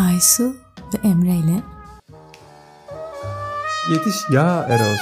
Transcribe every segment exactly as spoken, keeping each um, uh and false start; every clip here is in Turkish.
Aysu ve Emre ile Yetiş ya Eros.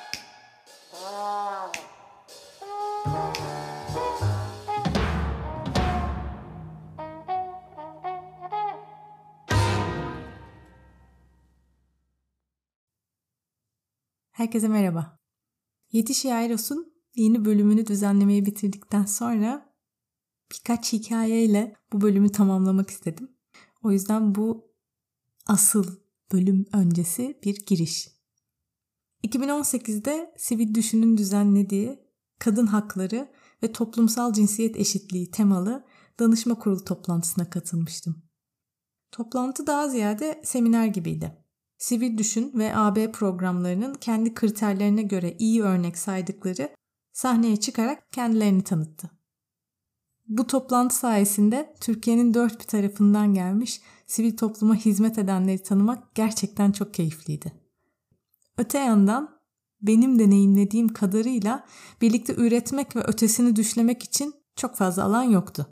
Herkese merhaba. Yetiş ya Eros'un yeni bölümünü düzenlemeyi bitirdikten sonra birkaç hikayeyle bu bölümü tamamlamak istedim. O yüzden bu asıl bölüm öncesi bir giriş. iki bin on sekizde Sivil Düşün'ün düzenlediği kadın hakları ve toplumsal cinsiyet eşitliği temalı danışma kurulu toplantısına katılmıştım. Toplantı daha ziyade seminer gibiydi. Sivil Düşün ve A B programlarının kendi kriterlerine göre iyi örnek saydıkları sahneye çıkarak kendilerini tanıttı. Bu toplantı sayesinde Türkiye'nin dört bir tarafından gelmiş sivil topluma hizmet edenleri tanımak gerçekten çok keyifliydi. Öte yandan benim deneyimlediğim kadarıyla birlikte üretmek ve ötesini düşlemek için çok fazla alan yoktu.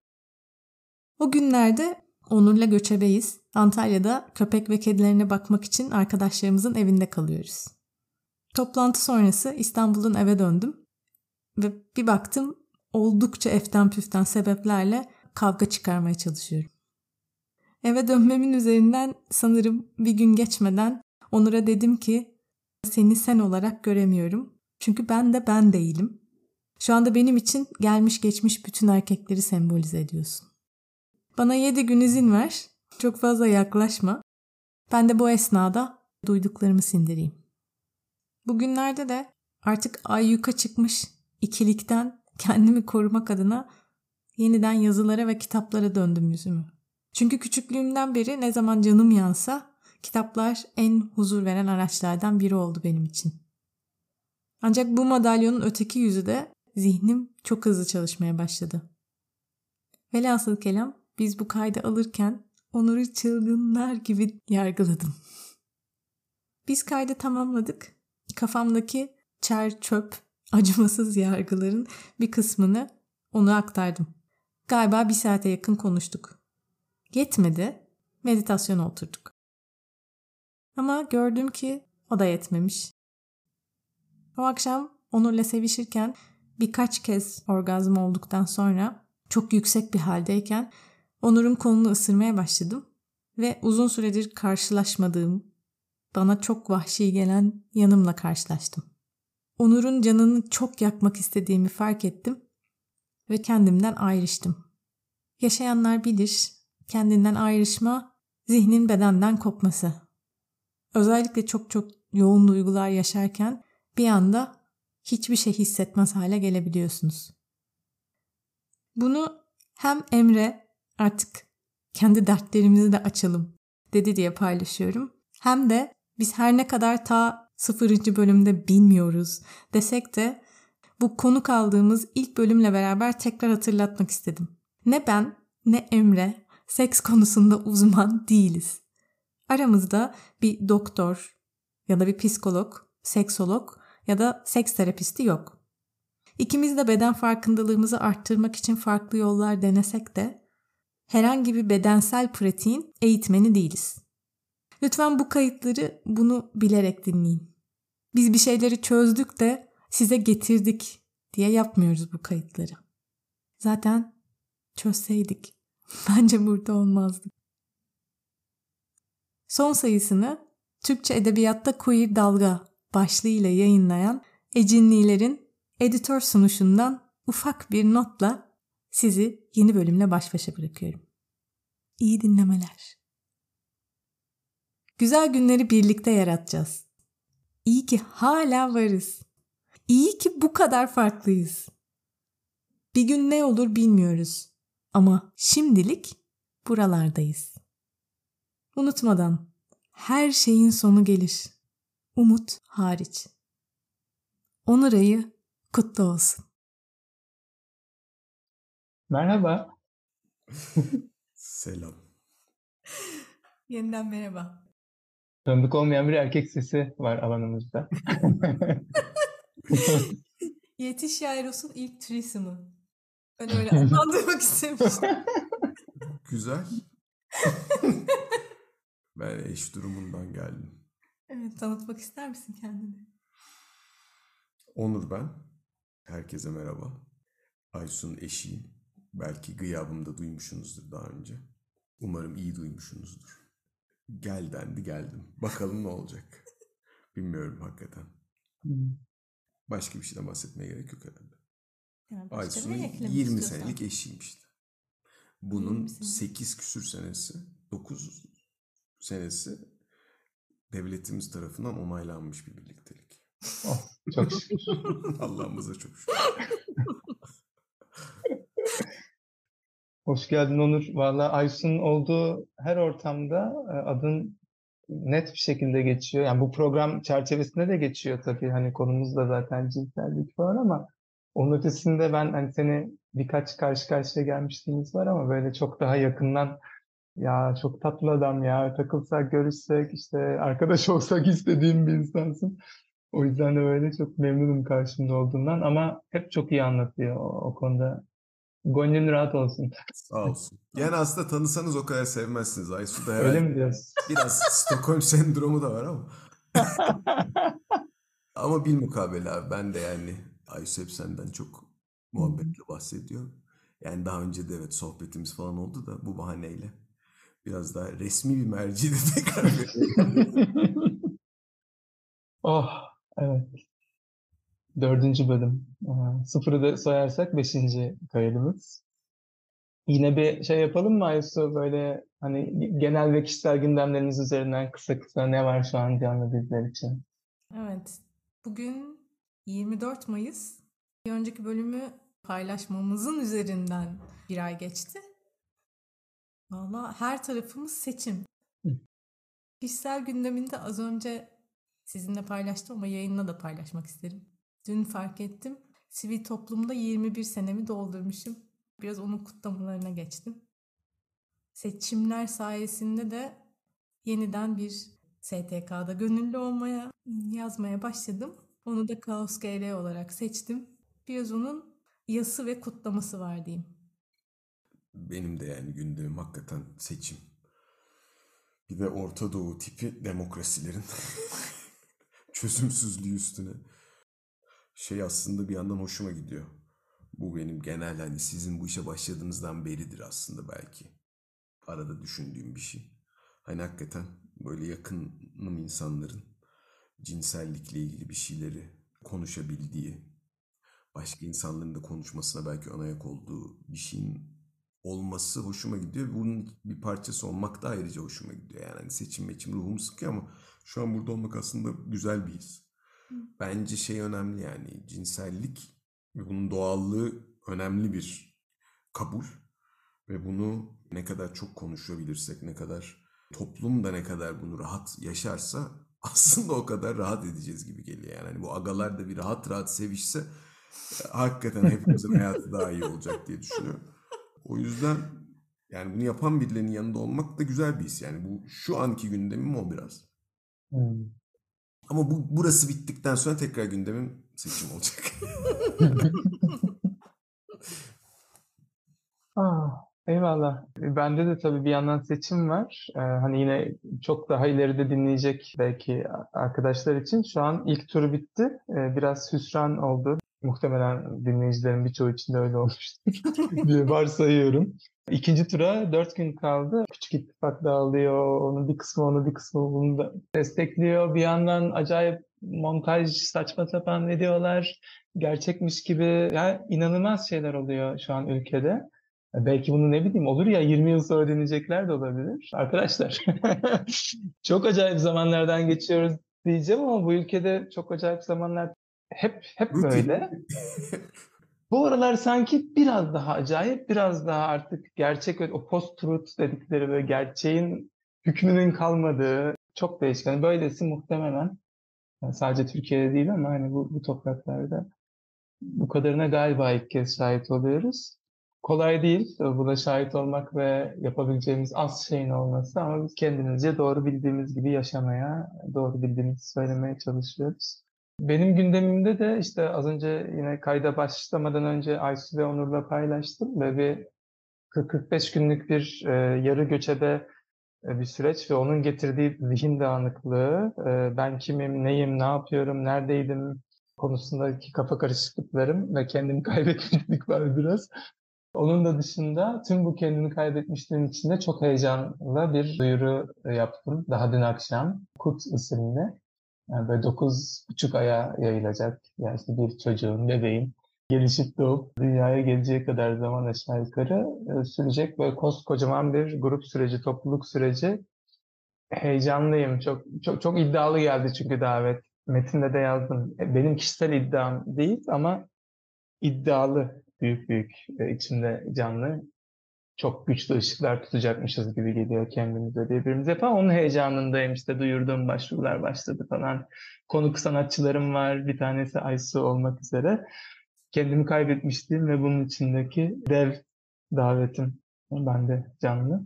O günlerde Onur'la göçebeyiz. Antalya'da köpek ve kedilerine bakmak için arkadaşlarımızın evinde kalıyoruz. Toplantı sonrası İstanbul'dan eve döndüm ve bir baktım oldukça eften püften sebeplerle kavga çıkarmaya çalışıyorum. Eve dönmemin üzerinden sanırım bir gün geçmeden Onur'a dedim ki seni sen olarak göremiyorum. Çünkü ben de ben değilim. Şu anda benim için gelmiş geçmiş bütün erkekleri sembolize ediyorsun. Bana yedi gün izin ver. Çok fazla yaklaşma. Ben de bu esnada duyduklarımı sindireyim. Bugünlerde de artık ayyuka çıkmış ikilikten kendimi korumak adına yeniden yazılara ve kitaplara döndüm yüzümü. Çünkü küçüklüğümden beri ne zaman canım yansa kitaplar en huzur veren araçlardan biri oldu benim için. Ancak bu madalyonun öteki yüzü de zihnim çok hızlı çalışmaya başladı. Velhasıl kelam biz bu kaydı alırken Onur'u çılgınlar gibi yargıladım. Biz kaydı tamamladık. Kafamdaki çer çöp, acımasız yargıların bir kısmını ona aktardım. Galiba bir saate yakın konuştuk. Yetmedi, meditasyona oturduk. Ama gördüm ki o da yetmemiş. O akşam Onur'la sevişirken birkaç kez orgazm olduktan sonra çok yüksek bir haldeyken Onur'un kolunu ısırmaya başladım ve uzun süredir karşılaşmadığım, bana çok vahşi gelen yanımla karşılaştım. Onur'un canını çok yakmak istediğimi fark ettim ve kendimden ayrıştım. Yaşayanlar bilir, kendinden ayrışma, zihnin bedenden kopması. Özellikle çok çok yoğun duygular yaşarken bir anda hiçbir şey hissetmez hale gelebiliyorsunuz. Bunu hem Emre artık kendi dertlerimizi de açalım dedi diye paylaşıyorum. Hem de biz her ne kadar ta sıfırıncı bölümde bilmiyoruz desek de bu konuk aldığımız ilk bölümle beraber tekrar hatırlatmak istedim. Ne ben ne Emre seks konusunda uzman değiliz. Aramızda bir doktor ya da bir psikolog, seksolog ya da seks terapisti yok. İkimiz de beden farkındalığımızı arttırmak için farklı yollar denesek de herhangi bir bedensel pratiğin eğitmeni değiliz. Lütfen bu kayıtları bunu bilerek dinleyin. Biz bir şeyleri çözdük de size getirdik diye yapmıyoruz bu kayıtları. Zaten çözseydik bence burada olmazdık. Son sayısını Türkçe Edebiyatta Queer Dalga başlığıyla yayınlayan Ecinlilerin editör sunuşundan ufak bir notla sizi yeni bölümle baş başa bırakıyorum. İyi dinlemeler. Güzel günleri birlikte yaratacağız. İyi ki hala varız. İyi ki bu kadar farklıyız. Bir gün ne olur bilmiyoruz. Ama şimdilik buralardayız. Unutmadan her şeyin sonu gelir. Umut hariç. Onur ayı kutlu olsun. Merhaba. Selam. Yeniden merhaba. Tanıdık olmayan bir erkek sesi var alanımızda. Yetiş ya Eros'un ilk threesome'ı. Ben öyle adlandırmak istemiştim. Güzel. Ben eş durumundan geldim. Evet, tanıtmak ister misin kendini? Onur ben. Herkese merhaba. Aysun'un eşiyim. Belki gıyabımda duymuşsunuzdur daha önce. Umarım iyi duymuşsunuzdur. Gel dendi, geldim. Bakalım ne olacak. Bilmiyorum hakikaten. Hmm. Başka bir şeyden bahsetmeye gerek yok herhalde. Yani başka Aysun'un ne eklemek yirmi istiyorsan. senelik eşiyim işte. yirmi Bunun sene. sekiz küsür senesi, dokuz senesi devletimiz tarafından onaylanmış bir birliktelik. Oh, çok şükür. Allah'ımıza çok şükür. Hoş geldin Onur. Valla Aysun'un olduğu her ortamda e, adın net bir şekilde geçiyor. Yani bu program çerçevesinde de geçiyor tabii. Hani konumuz da zaten cinsellik falan ama onun ötesinde ben hani seni birkaç karşı karşıya gelmişliğimiz var ama böyle çok daha yakından ya çok tatlı adam ya takılsak görüşsek işte arkadaş olsak istediğim bir insansın. O yüzden de böyle çok memnunum karşımda olduğundan ama hep çok iyi anlatıyor o, o konuda. Gönlün rahat olsun. Sağ olsun. Yani aslında tanısanız o kadar sevmezsiniz. Aysu da Öyle herhalde mi diyorsun? biraz Stockholm sendromu da var ama. Ama bilmukabele abi ben de yani Aysu hep senden çok muhabbetle bahsediyor. Yani daha önce de evet sohbetimiz falan oldu da bu bahaneyle biraz daha resmi bir merci de tekrar Oh, evet. Dördüncü bölüm. Aa, sıfırı da sayarsak beşinci kaydımız. Yine bir şey yapalım mı Aysu? Böyle hani genel ve kişisel gündemleriniz üzerinden kısa kısa ne var şu an canlı bizler için? Evet. Bugün yirmi dört Mayıs. Bir önceki bölümü paylaşmamızın üzerinden bir ay geçti. Valla her tarafımız seçim. Kişisel gündeminde az önce sizinle paylaştım ama yayınla da paylaşmak isterim. Dün fark ettim. Sivil toplumda yirmi bir senemi doldurmuşum. Biraz onun kutlamalarına geçtim. Seçimler sayesinde de yeniden bir S T K'da gönüllü olmaya, yazmaya başladım. Onu da Kaos G R olarak seçtim. Biraz onun yası ve kutlaması var diyeyim. benim de yani gündemim hakikaten seçim. Bir de Orta Doğu tipi demokrasilerin çözümsüzlüğü üstüne. Şey aslında bir yandan hoşuma gidiyor. Bu benim genel hani sizin bu işe başladığınızdan beridir aslında belki. Arada düşündüğüm bir şey. Hani hakikaten böyle yakınım insanların cinsellikle ilgili bir şeyleri konuşabildiği, başka insanların da konuşmasına belki ön ayak olduğu bir şeyin olması hoşuma gidiyor. Bunun bir parçası olmak da ayrıca hoşuma gidiyor. Yani hani seçim meçim ruhumu sıkıyor ama şu an burada olmak aslında güzel bir his. Bence şey önemli yani cinsellik ve bunun doğallığı önemli bir kabul. Ve bunu ne kadar çok konuşabilirsek, ne kadar toplum da ne kadar bunu rahat yaşarsa aslında o kadar rahat edeceğiz gibi geliyor. Yani hani bu agalar da bir rahat rahat sevişse hakikaten hepimizin hayatı daha iyi olacak diye düşünüyorum. O yüzden yani bunu yapan birilerinin yanında olmak da güzel bir his. Yani bu şu anki gündemim o biraz. Hmm. Ama bu burası bittikten sonra tekrar gündemim seçim olacak. Ah, eyvallah. E, Bende de tabii bir yandan seçim var. Ee, hani yine çok daha ileride dinleyecek belki arkadaşlar için. Şu an ilk turu bitti. Ee, biraz hüsran oldu. Muhtemelen dinleyicilerin birçoğu için de öyle olmuştur diye varsayıyorum. İkinci tura dört gün kaldı. Küçük ittifak dağılıyor. Onun bir kısmı onu bir kısmı bunu da destekliyor. Bir yandan acayip montaj saçma sapan ne diyorlar. Gerçekmiş gibi. Yani inanılmaz şeyler oluyor şu an ülkede. Belki bunu ne bileyim olur ya yirmi yıl sonra dinleyecekler de olabilir. Arkadaşlar çok acayip zamanlardan geçiyoruz diyeceğim ama bu ülkede çok acayip zamanlar hep hep Rutin. böyle. Bu aralar sanki biraz daha acayip, biraz daha artık gerçek ve o post-truth dedikleri böyle gerçeğin hükmünün kalmadığı çok değişken. Böylesi muhtemelen yani sadece Türkiye'de değil ama hani bu, bu topraklarda bu kadarına galiba ilk kez şahit oluyoruz. Kolay değil buna şahit olmak ve yapabileceğimiz az şeyin olması ama biz kendimizce doğru bildiğimiz gibi yaşamaya, doğru bildiğimizi söylemeye çalışıyoruz. Benim gündemimde de işte az önce yine kayda başlamadan önce Aysu ve Onur'la paylaştım ve bir kırk kırk beş günlük bir e, yarı göçebe bir süreç ve onun getirdiği zihin dağınıklığı, ben kimim, neyim, ne yapıyorum, neredeydim konusundaki kafa karışıklıklarım ve kendimi kaybetmişlik var biraz. Onun da dışında tüm bu kendimi kaybetmişliğin içinde çok heyecanlı bir duyuru yaptım. Daha dün akşam Kut isimli. Yani böyle dokuz buçuk aya yayılacak. Yani işte bir çocuğun, bebeğin gelişip doğup dünyaya geleceği kadar zaman aşağı yukarı e, sürecek böyle koskocaman bir grup süreci, topluluk süreci. Heyecanlıyım. Çok çok çok iddialı geldi çünkü davet. Metinde de yazdım. E, Benim kişisel iddiam değil ama iddialı, büyük büyük e, içimde canlı. Çok güçlü ışıklar tutacakmışız gibi geliyor kendimize, birbirimize falan. Onun heyecanındayım. İşte duyurduğum başvurular başladı falan. Konuk sanatçılarım var. Bir tanesi Aysu olmak üzere. Kendimi kaybetmiştim ve bunun içindeki dev davetim. Ben de canlı.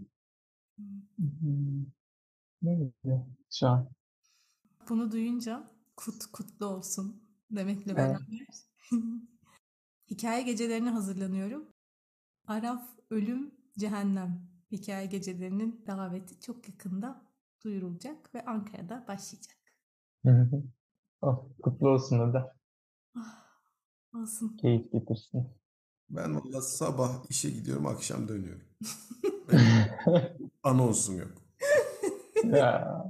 Hmm, Neydi şu an? Bunu duyunca kut kutlu olsun demekle Evet. beraber hikaye gecelerine hazırlanıyorum. Araf, Ölüm, Cehennem hikaye gecelerinin daveti çok yakında duyurulacak ve Ankara'da başlayacak. Oh, kutlu olsun o da. Ah, olsun. Keyif getirsin. Ben valla sabah işe gidiyorum, akşam dönüyorum. Benim anonsum yok. Ya.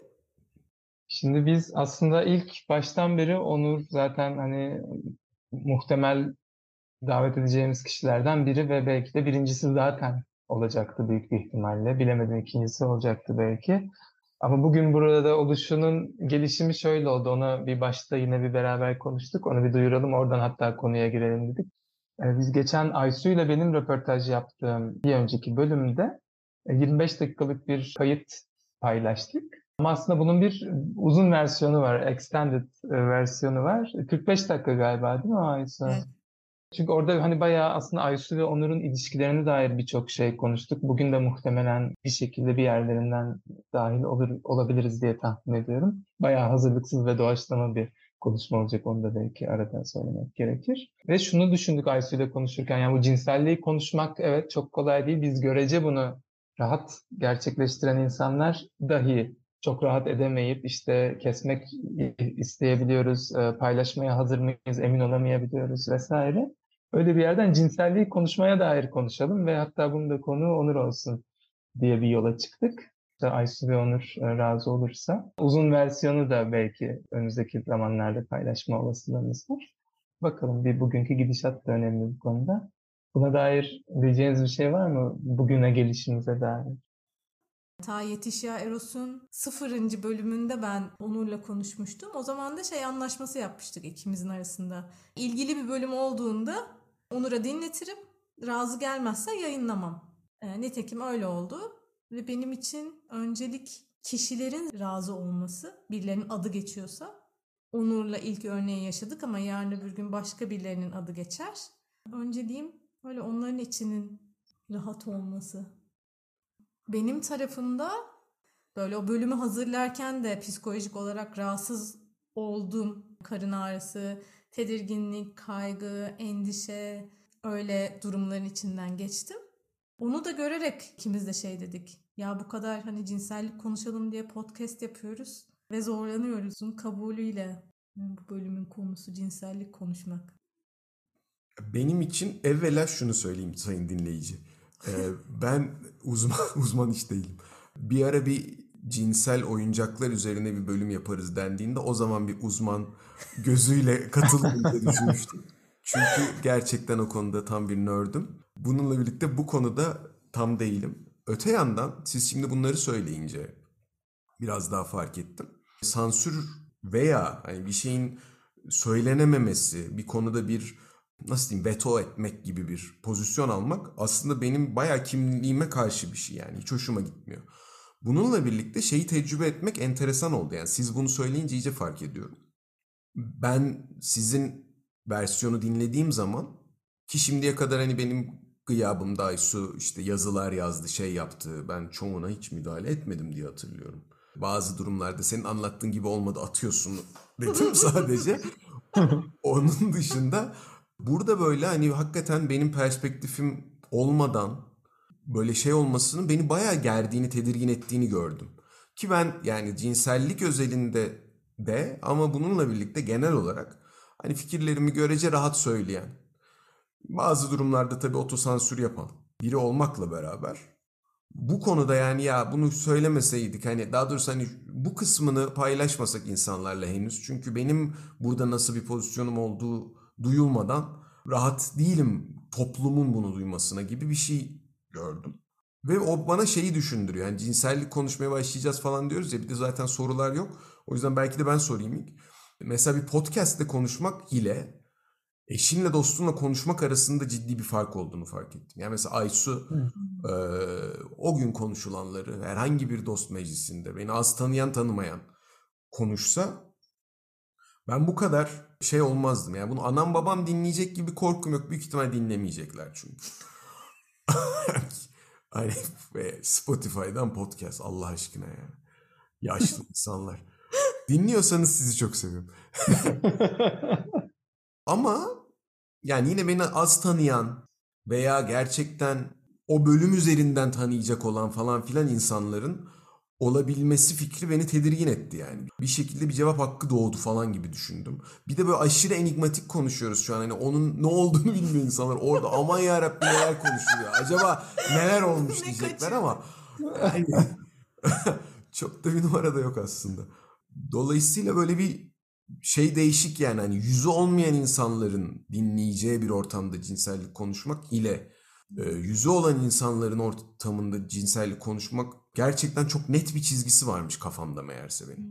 Şimdi biz aslında ilk baştan beri Onur zaten hani muhtemel davet edeceğimiz kişilerden biri ve belki de birincisi zaten olacaktı büyük bir ihtimalle. Bilemedim, ikincisi olacaktı belki. Ama bugün burada oluşunun gelişimi şöyle oldu. Ona bir başta yine bir beraber konuştuk. Onu bir duyuralım. Oradan hatta konuya girelim dedik. Ee, Biz geçen Aysu ile benim röportaj yaptığım bir önceki bölümde e, yirmi beş dakikalık bir kayıt paylaştık. Ama aslında bunun bir uzun versiyonu var, extended e, versiyonu var. kırk beş dakika galiba, değil mi Aysu? Evet. Çünkü orada hani bayağı aslında Aysu ve Onur'un ilişkilerine dair birçok şey konuştuk. Bugün de muhtemelen bir şekilde bir yerlerinden dahil olur, olabiliriz diye tahmin ediyorum. Bayağı hazırlıksız ve doğaçlama bir konuşma olacak. Onu da belki arada söylemek gerekir. Ve şunu düşündük Aysu ile konuşurken. Yani bu cinselliği konuşmak evet çok kolay değil. Biz görece bunu rahat gerçekleştiren insanlar dahi çok rahat edemeyip işte kesmek isteyebiliyoruz, e, paylaşmaya hazır mıyız, emin olamayabiliyoruz vesaire. Öyle bir yerden cinselliği konuşmaya dair konuşalım ve hatta bunun da konuğu Onur olsun diye bir yola çıktık. İşte Aysu ve Onur e, razı olursa. Uzun versiyonu da belki önümüzdeki zamanlarda paylaşma olasılığımız var. Bakalım, bir bugünkü gidişat da önemli bu konuda. Buna dair diyeceğiniz bir şey var mı? Bugüne gelişimize dair. Ta Yetişya Eros'un sıfırıncı bölümünde ben Onur'la konuşmuştum. O zaman da şey anlaşması yapmıştık ikimizin arasında. İlgili bir bölüm olduğunda Onur'a dinletirim. Razı gelmezse yayınlamam. E, nitekim öyle oldu. Ve benim için öncelik kişilerin razı olması. Birilerinin adı geçiyorsa. Onur'la ilk örneği yaşadık ama yarın öbür gün başka birilerinin adı geçer. Önceliğim böyle onların içinin rahat olması. Benim tarafımda böyle o bölümü hazırlarken de psikolojik olarak rahatsız oldum. Karın ağrısı, tedirginlik, kaygı, endişe, öyle durumların içinden geçtim. Onu da görerek ikimiz de şey dedik. Ya bu kadar hani cinsellik konuşalım diye podcast yapıyoruz ve zorlanıyoruz. Bunun kabulüyle bu bölümün konusu cinsellik konuşmak. Benim için evvela şunu söyleyeyim sayın dinleyici. Ee, ben uzman uzman iş değilim. Bir ara bir cinsel oyuncaklar üzerine bir bölüm yaparız dendiğinde o zaman bir uzman gözüyle katılmayı diye düşünmüştüm. Çünkü gerçekten o konuda tam bir nerd'üm. Bununla birlikte bu konuda tam değilim. Öte yandan siz şimdi bunları söyleyince biraz daha fark ettim. Sansür veya hani bir şeyin söylenememesi, bir konuda bir nasıl diyeyim veto etmek gibi bir pozisyon almak aslında benim bayağı kimliğime karşı bir şey, yani hiç hoşuma gitmiyor. Bununla birlikte şeyi tecrübe etmek enteresan oldu. Yani siz bunu söyleyince iyice fark ediyorum. Ben sizin versiyonu dinlediğim zaman ki şimdiye kadar hani benim gıyabımda Aysu işte yazılar yazdı, şey yaptı. Ben çoğuna hiç müdahale etmedim diye hatırlıyorum. Bazı durumlarda senin anlattığın gibi olmadı, atıyorsun dedim sadece. Onun dışında burada böyle hani hakikaten benim perspektifim olmadan böyle şey olmasının beni bayağı gerdiğini, tedirgin ettiğini gördüm. Ki ben yani cinsellik özelinde de ama bununla birlikte genel olarak hani fikirlerimi görece rahat söyleyen, bazı durumlarda tabii otosansür yapan biri olmakla beraber bu konuda yani ya bunu söylemeseydik, hani daha doğrusu hani bu kısmını paylaşmasak insanlarla henüz, çünkü benim burada nasıl bir pozisyonum olduğu duyulmadan rahat değilim toplumun bunu duymasına gibi bir şey gördüm. Ve o bana şeyi düşündürüyor. Yani cinsellik konuşmaya başlayacağız falan diyoruz ya, bir de zaten sorular yok. O yüzden belki de ben sorayım ilk. Mesela bir podcast'te konuşmak ile eşinle dostunla konuşmak arasında ciddi bir fark olduğunu fark ettim. Yani mesela Aysu e, o gün konuşulanları herhangi bir dost meclisinde beni az tanıyan tanımayan konuşsa ben bu kadar şey olmazdım. Yani bunu anam babam dinleyecek gibi korkum yok. Büyük ihtimal dinlemeyecekler çünkü. Hani Spotify'dan podcast Allah aşkına ya. Yaşlı insanlar. Dinliyorsanız sizi çok seviyorum. Ama yani yine beni az tanıyan veya gerçekten o bölüm üzerinden tanıyacak olan falan filan insanların olabilmesi fikri beni tedirgin etti yani. Bir şekilde bir cevap hakkı doğdu falan gibi düşündüm. Bir de böyle aşırı enigmatik konuşuyoruz şu an. Hani onun ne olduğunu bilmiyor insanlar. Orada aman yarabbim neler konuşuluyor. Acaba neler olmuş diyecekler ama yani çok da bir numara da yok aslında. Dolayısıyla böyle bir şey değişik yani, hani yüzü olmayan insanların dinleyeceği bir ortamda cinsellik konuşmak ile e, yüzü olan insanların ortamında cinsellik konuşmak gerçekten çok net bir çizgisi varmış kafamda meğerse benim.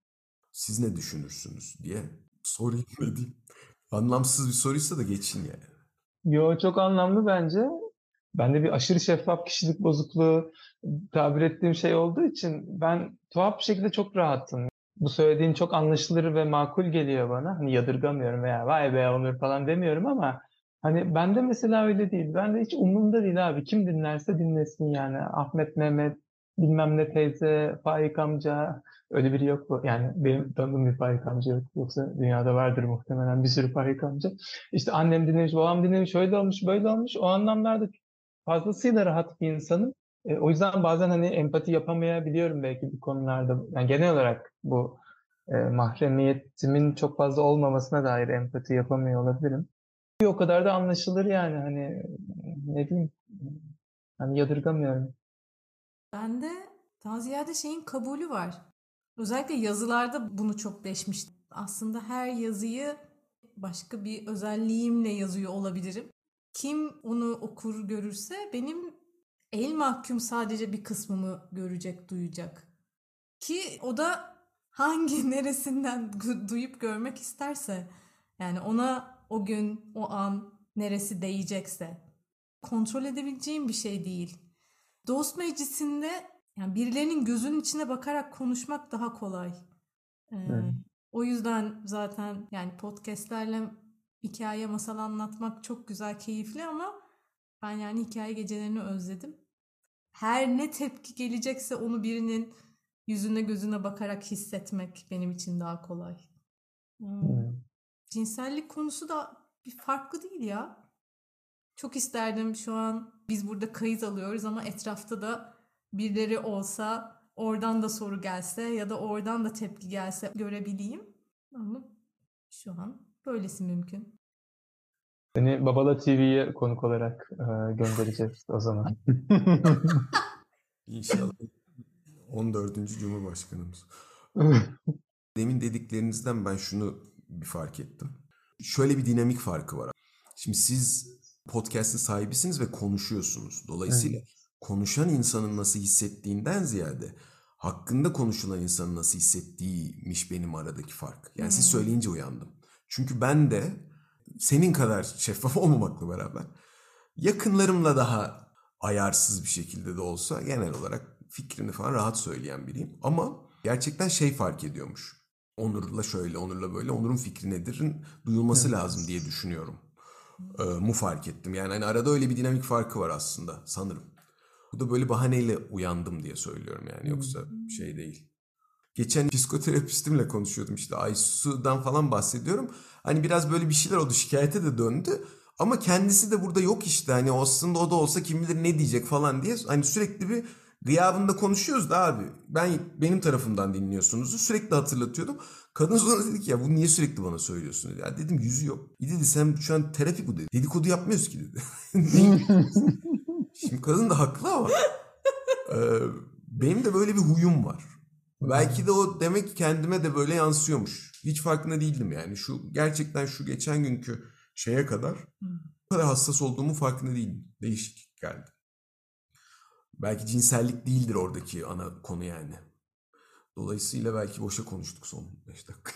Siz ne düşünürsünüz diye sorayım dedim. Anlamsız bir soruysa da geçin yani. Yo, çok anlamlı bence. Ben de bir aşırı şeffaf kişilik bozukluğu tabir ettiğim şey olduğu için ben tuhaf bir şekilde çok rahatım. Bu söylediğin çok anlaşılır ve makul geliyor bana. Hani yadırgamıyorum veya vay be Onur falan demiyorum ama hani bende mesela öyle değil. Bende hiç umurumda değil abi. Kim dinlerse dinlesin yani. Ahmet, Mehmet, bilmem ne teyze, Faik amca, öyle biri yok bu. Yani benim tanıdığım bir Faik amca yok. Yoksa dünyada vardır muhtemelen bir sürü Faik amca. İşte annem dinlemiş, babam dinlemiş, şöyle olmuş, böyle olmuş. O anlamlarda fazlasıyla rahat bir insanım. E, o yüzden bazen hani empati yapamayabiliyorum belki bu konularda. Yani genel olarak bu e, mahremiyetimin çok fazla olmamasına dair empati yapamıyor olabilirim. O kadar da anlaşılır yani hani ne diyeyim, hani yadırgamıyorum. Bende daha ziyade şeyin kabulü var. Özellikle yazılarda bunu çok deşmiş. Aslında her yazıyı başka bir özelliğimle yazıyor olabilirim. Kim onu okur görürse benim el mahkum sadece bir kısmımı görecek, duyacak. Ki o da hangi neresinden duyup görmek isterse. Yani ona o gün, o an neresi değecekse. Kontrol edebileceğim bir şey değil. Dost meclisinde yani birilerinin gözünün içine bakarak konuşmak daha kolay. Ee, Evet. O yüzden zaten yani podcastlerle hikaye, masal anlatmak çok güzel, keyifli ama ben yani hikaye gecelerini özledim. Her ne tepki gelecekse onu birinin yüzüne gözüne bakarak hissetmek benim için daha kolay. Hmm. Evet. Cinsellik konusu da bir farklı değil ya. Çok isterdim şu an biz burada kayıt alıyoruz ama etrafta da birileri olsa, oradan da soru gelse ya da oradan da tepki gelse görebileyim. Ama şu an böylesi mümkün. Seni Babala T V'ye konuk olarak e, göndereceğiz o zaman. İnşallah on dördüncü Cumhurbaşkanımız. Demin dediklerinizden ben şunu bir fark ettim. Şöyle bir dinamik farkı var. Şimdi siz podcast'in sahibisiniz ve konuşuyorsunuz. Dolayısıyla Evet. konuşan insanın nasıl hissettiğinden ziyade hakkında konuşulan insanın nasıl hissettiğiymiş benim aradaki fark. Yani siz söyleyince uyandım. Çünkü ben de senin kadar şeffaf olmamakla beraber yakınlarımla daha ayarsız bir şekilde de olsa genel olarak fikrini falan rahat söyleyen biriyim. Ama gerçekten şey fark ediyormuş. Onur'la şöyle, Onur'la böyle, Onur'un fikri nedir'in duyulması Evet. lazım diye düşünüyorum. Ee, mu fark ettim. Yani hani arada öyle bir dinamik farkı var aslında sanırım. Bu da böyle bahaneyle uyandım diye söylüyorum yani, yoksa şey değil. Geçen psikoterapistimle konuşuyordum, işte Aysu'dan falan bahsediyorum. Hani biraz böyle bir şeyler oldu, şikayete de döndü. Ama kendisi de burada yok işte. Hani aslında o da olsa kim bilir ne diyecek falan diye. Hani sürekli bir gıyabında konuşuyoruz da abi. Ben benim tarafımdan dinliyorsunuz. Sürekli hatırlatıyordum. Kadın sonra dedi ki ya bunu niye sürekli bana söylüyorsun dedi. Ya dedim yüzü yok. İyi dedi sen şu an terapi bu dedi. Dedikodu yapmıyoruz ki dedi. Şimdi kadın da haklı ama e, benim de böyle bir huyum var. Belki de o demek ki kendime de böyle yansıyormuş. Hiç farkında değildim yani. Şu gerçekten şu geçen günkü şeye kadar bu kadar hassas olduğumu farkında değildim. Değişik geldi. Belki cinsellik değildir oradaki ana konu yani. Dolayısıyla belki boşa konuştuk son beş dakika.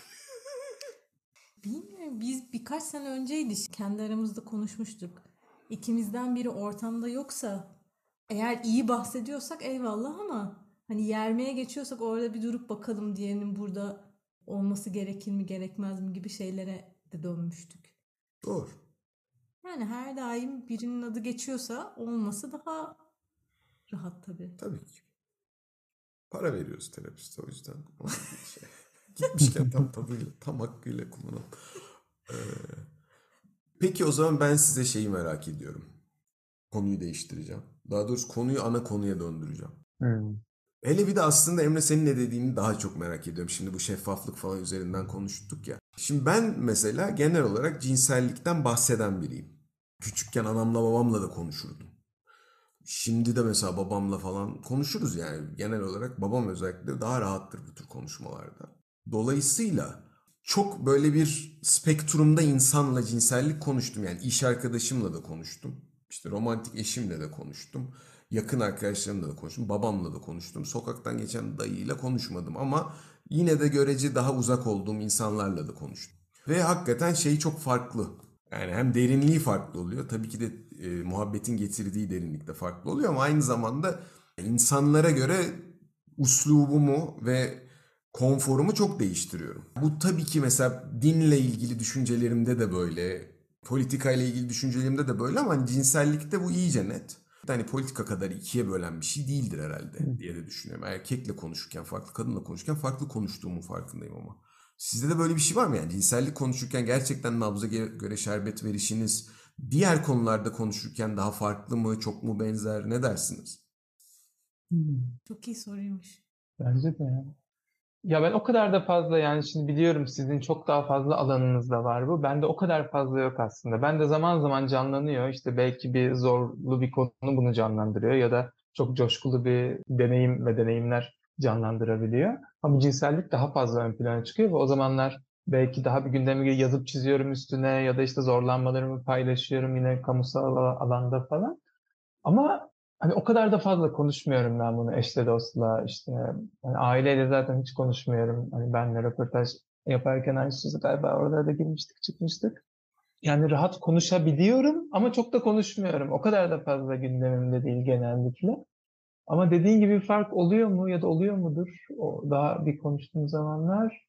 Bilmiyorum. Biz birkaç sene önceydi. Kendi aramızda konuşmuştuk. İkimizden biri ortamda yoksa eğer iyi bahsediyorsak eyvallah ama hani yermeye geçiyorsak orada bir durup bakalım diğerinin burada olması gerekir mi gerekmez mi gibi şeylere de dönmüştük. Doğru. Yani her daim birinin adı geçiyorsa olması daha rahat tabii. Tabii ki. Para veriyoruz terapiste o yüzden. Şey. Gitmişken tam tadıyla, tam hakkıyla kullanalım. Ee, peki o zaman ben size şeyi merak ediyorum. Konuyu değiştireceğim. Daha doğrusu konuyu ana konuya döndüreceğim. Hmm. Hele bir de aslında Emre senin ne dediğini daha çok merak ediyorum. Şimdi bu şeffaflık falan üzerinden konuştuk ya. Şimdi ben mesela genel olarak cinsellikten bahseden biriyim. Küçükken anamla babamla da konuşurdum. Şimdi de mesela babamla falan konuşuruz yani. Genel olarak babam özellikle daha rahattır bu tür konuşmalarda. Dolayısıyla çok böyle bir spektrumda insanla cinsellik konuştum. Yani iş arkadaşımla da konuştum. İşte romantik eşimle de konuştum. Yakın arkadaşlarımla da konuştum. Babamla da konuştum. Sokaktan geçen dayıyla konuşmadım ama yine de görece daha uzak olduğum insanlarla da konuştum. Ve hakikaten şey çok farklı. Yani hem derinliği farklı oluyor. Tabii ki de e, muhabbetin getirdiği derinlik de farklı oluyor ama aynı zamanda insanlara göre uslubumu ve konforumu çok değiştiriyorum. Bu tabii ki mesela dinle ilgili düşüncelerimde de böyle, politikayla ilgili düşüncelerimde de böyle ama hani cinsellikte bu iyice net. Hani politika kadar ikiye bölen bir şey değildir herhalde diye de düşünüyorum. Erkekle konuşurken farklı, kadınla konuşurken farklı konuştuğumun farkındayım ama. Sizde de böyle bir şey var mı yani? Cinsellik konuşurken gerçekten nabza göre şerbet verişiniz diğer konularda konuşurken daha farklı mı, çok mu benzer, ne dersiniz? Çok iyi soruymuş. Bence de ya. Ya ben o kadar da fazla yani şimdi biliyorum sizin çok daha fazla alanınızda var bu. Bende o kadar fazla yok aslında. Ben de zaman zaman canlanıyor. İşte belki bir zorlu bir konu bunu canlandırıyor ya da çok coşkulu bir deneyim ve deneyimler canlandırabiliyor. Ama cinsellik daha fazla ön plana çıkıyor ve o zamanlar belki daha bir gündemi yazıp çiziyorum üstüne ya da işte zorlanmalarımı paylaşıyorum yine kamusal alanda falan. Ama hani o kadar da fazla konuşmuyorum ben bunu eşle dostla işte yani aileyle zaten hiç konuşmuyorum. Hani benle röportaj yaparken aynı sözü galiba orada da girmiştik çıkmıştık. Yani rahat konuşabiliyorum ama çok da konuşmuyorum. O kadar da fazla gündemimde değil genellikle. Ama dediğin gibi bir fark oluyor mu ya da oluyor mudur? O daha bir konuştuğum zamanlar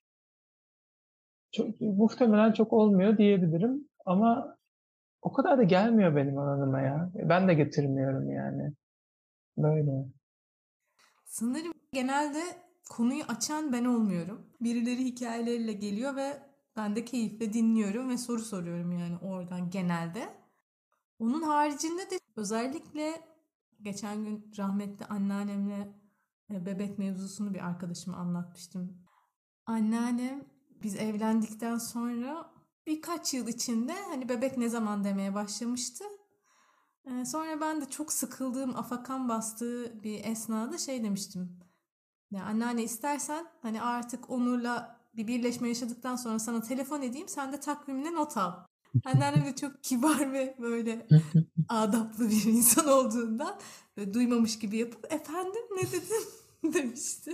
çok, muhtemelen çok olmuyor diyebilirim. Ama o kadar da gelmiyor benim alanıma ya. Ben de getirmiyorum yani. Böyle. Sanırım genelde konuyu açan ben olmuyorum. Birileri hikayeleriyle geliyor ve ben de keyifle dinliyorum ve soru soruyorum yani oradan genelde. Onun haricinde de özellikle geçen gün rahmetli anneannemle bebek mevzusunu bir arkadaşıma anlatmıştım. Anneannem biz evlendikten sonra birkaç yıl içinde hani bebek ne zaman demeye başlamıştı. Sonra ben de çok sıkıldığım, afakan bastığı bir esnada şey demiştim. Ya anneanne istersen hani artık Onur'la bir birleşme yaşadıktan sonra sana telefon edeyim. Sen de takvimine not al. Anneannem de çok kibar ve böyle adaplı bir insan olduğundan böyle duymamış gibi yapıp efendim ne dedin demişti.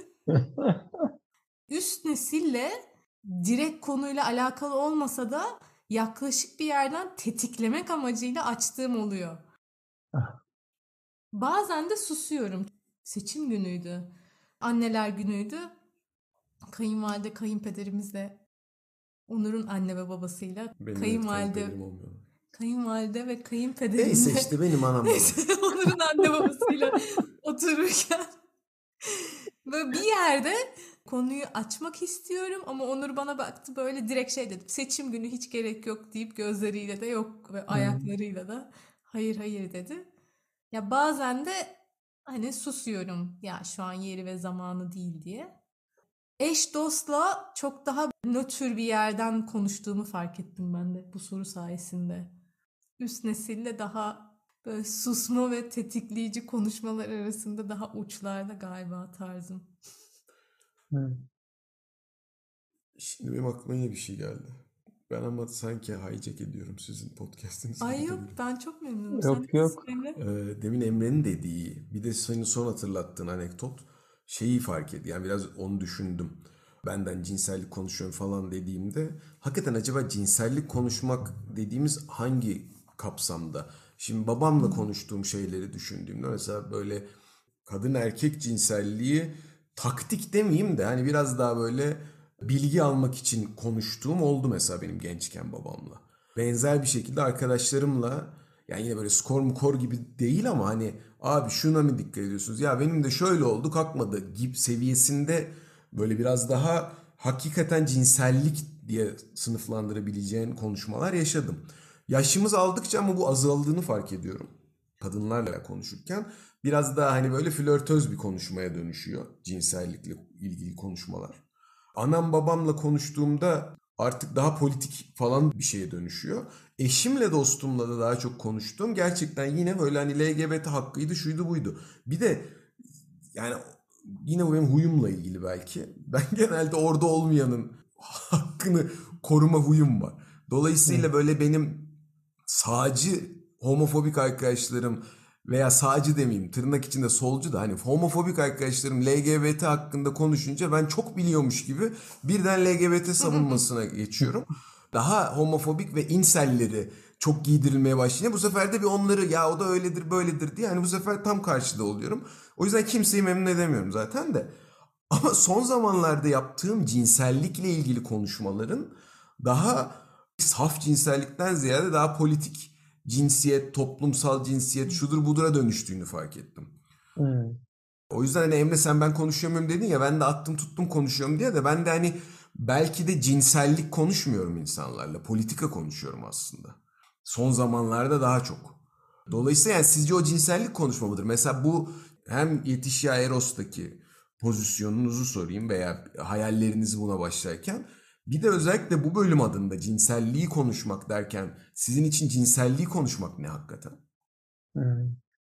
Üst nesille direkt konuyla alakalı olmasa da yaklaşık bir yerden tetiklemek amacıyla açtığım oluyor. Bazen de susuyorum. Seçim günüydü. Anneler günüydü. Kayınvalide kayınpederimizle Onur'un anne ve babasıyla Benim kayınvalide evet, kayınvalide ve kayınpederimle neyse işte benim anam neyse, Onur'un anne babasıyla otururken böyle bir yerde konuyu açmak istiyorum ama Onur bana baktı böyle direkt şey dedi. Seçim günü hiç gerek yok deyip gözleriyle de yok ve ayaklarıyla da hayır hayır dedi. Ya bazen de hani susuyorum ya şu an yeri ve zamanı değil diye. Eş dostla çok daha nötr bir yerden konuştuğumu fark ettim ben de bu soru sayesinde. Üst nesille daha böyle susma ve tetikleyici konuşmalar arasında daha uçlarda galiba tarzım. Hı. Şimdi benim aklıma yine bir şey geldi. Ben ama sanki hijack ediyorum sizin podcast'inizi Ay gibi yok geliyor. ben çok memnunum. Sen Yok yok. nasılsın Emre? Ee, demin Emre'nin dediği bir de senin son hatırlattığın anekdot şeyi fark etti. Yani biraz onu düşündüm. Benden cinsellik konuşuyorum falan dediğimde hakikaten acaba cinsellik konuşmak dediğimiz hangi kapsamda? Şimdi babamla konuştuğum şeyleri düşündüğümde mesela böyle kadın erkek cinselliği taktik demeyeyim de hani biraz daha böyle bilgi almak için konuştuğum oldu mesela benim gençken babamla. Benzer bir şekilde arkadaşlarımla yani yine böyle skor mukor gibi değil ama hani abi şuna mı dikkat ediyorsunuz? Ya benim de şöyle oldu kalkmadı gibi seviyesinde böyle biraz daha hakikaten cinsellik diye sınıflandırabileceğin konuşmalar yaşadım. Yaşımız aldıkça ama bu azaldığını fark ediyorum. Kadınlarla konuşurken biraz daha hani böyle flörtöz bir konuşmaya dönüşüyor cinsellikle ilgili konuşmalar. Anam babamla konuştuğumda artık daha politik falan bir şeye dönüşüyor. Eşimle dostumla da daha çok konuştuğum gerçekten yine böyle hani L G B T hakkıydı şuydu buydu. Bir de yani yine bu benim huyumla ilgili belki. Ben genelde orada olmayanın hakkını koruma huyum var. Dolayısıyla böyle benim sağcı homofobik arkadaşlarım veya sağcı demeyeyim tırnak içinde solcu da hani homofobik arkadaşlarım L G B T hakkında konuşunca ben çok biliyormuş gibi birden L G B T savunmasına geçiyorum. Daha homofobik ve inselleri çok giydirilmeye başlayınca bu sefer de bir onları ya o da öyledir böyledir diye hani bu sefer tam karşıda oluyorum. O yüzden kimseyi memnun edemiyorum zaten de. Ama son zamanlarda yaptığım cinsellikle ilgili konuşmaların daha saf cinsellikten ziyade daha politik cinsiyet, toplumsal cinsiyet şudur budura dönüştüğünü fark ettim. Hı. O yüzden hani Emre sen ben konuşamıyorum dedin ya ben de attım tuttum konuşuyorum diye de ben de hani belki de cinsellik konuşmuyorum insanlarla. Politika konuşuyorum aslında. Son zamanlarda daha çok. Dolayısıyla yani sizce o cinsellik konuşma mıdır? Mesela bu hem Yetiş Ya Eros'taki pozisyonunuzu sorayım veya hayallerinizi buna başlarken bir de özellikle bu bölüm adında cinselliği konuşmak derken sizin için cinselliği konuşmak ne hakikaten? Hı.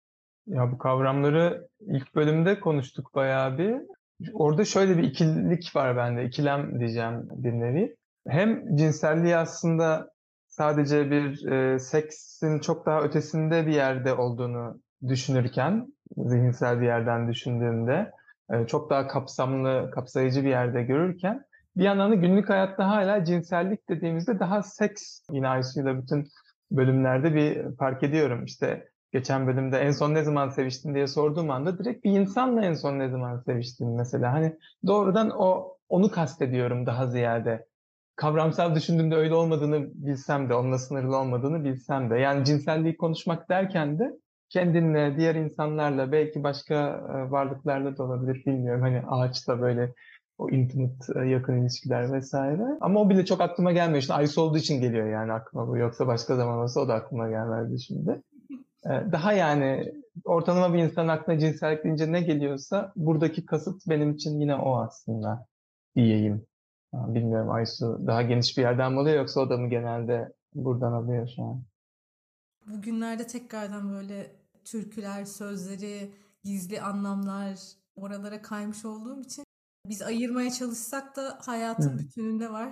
Ya bu kavramları ilk bölümde konuştuk bayağı bir. Orada şöyle bir ikilik var bende, ikilem diyeceğim bir nevi. Hem cinselliği aslında sadece bir e, seksin çok daha ötesinde bir yerde olduğunu düşünürken, zihinsel bir yerden düşündüğümde, e, çok daha kapsamlı, kapsayıcı bir yerde görürken, bir yandan da günlük hayatta hala cinsellik dediğimizde daha seks, yine Aysu'yla bütün bölümlerde bir fark ediyorum. İşte geçen bölümde en son ne zaman seviştin diye sorduğum anda direkt bir insanla en son ne zaman seviştin mesela. Hani doğrudan o onu kastediyorum daha ziyade. Kavramsal düşündüğümde öyle olmadığını bilsem de, onunla sınırlı olmadığını bilsem de. Yani cinselliği konuşmak derken de kendinle, diğer insanlarla, belki başka e, varlıklarla da olabilir bilmiyorum. Hani ağaçla böyle o intimate, e, yakın ilişkiler vesaire. Ama o bile çok aklıma gelmiyor. İşte Aysu olduğu için geliyor yani aklıma bu. Yoksa başka zaman olsa o da aklıma gelmezdi şimdi. Daha yani ortalama bir insanın aklına cinsellik deyince ne geliyorsa buradaki kasıt benim için yine o aslında diyeyim. Bilmiyorum Aysu daha geniş bir yerden mi alıyor yoksa o da mı genelde buradan alıyor şu an? Bugünlerde tekrardan böyle türküler, sözleri, gizli anlamlar oralara kaymış olduğum için biz ayırmaya çalışsak da hayatın Hı. bütününde var.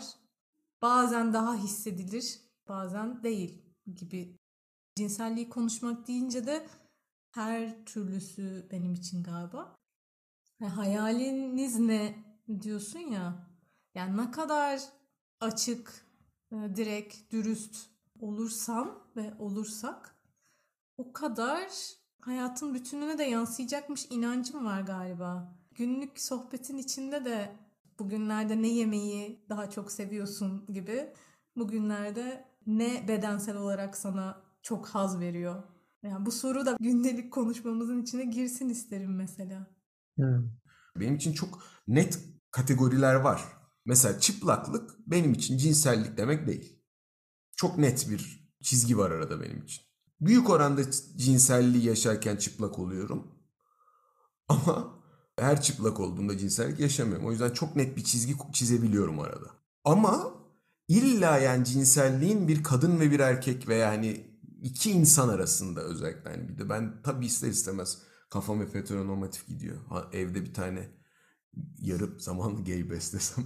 Bazen daha hissedilir, bazen değil gibi. Cinselliği konuşmak deyince de her türlüsü benim için galiba. Ha, hayaliniz ne diyorsun ya. Yani ne kadar açık, e, direkt, dürüst olursam ve olursak o kadar hayatın bütününe de yansıyacakmış inancım var galiba. Günlük sohbetin içinde de bugünlerde ne yemeği daha çok seviyorsun gibi, bugünlerde ne bedensel olarak sana çok haz veriyor. Yani bu soru da gündelik konuşmamızın içine girsin isterim mesela. Hı. Benim için çok net kategoriler var. Mesela çıplaklık benim için cinsellik demek değil. Çok net bir çizgi var arada benim için. Büyük oranda cinselliği yaşarken çıplak oluyorum. Ama her çıplak olduğumda cinsellik yaşamıyorum. O yüzden çok net bir çizgi çizebiliyorum arada. Ama illa yani cinselliğin bir kadın ve bir erkek veya hani iki insan arasında özellikle hani bir de ben tabii ister istemez kafam hep heteronormatif gidiyor. Ha, evde bir tane yarı zamanlı gay beslesem.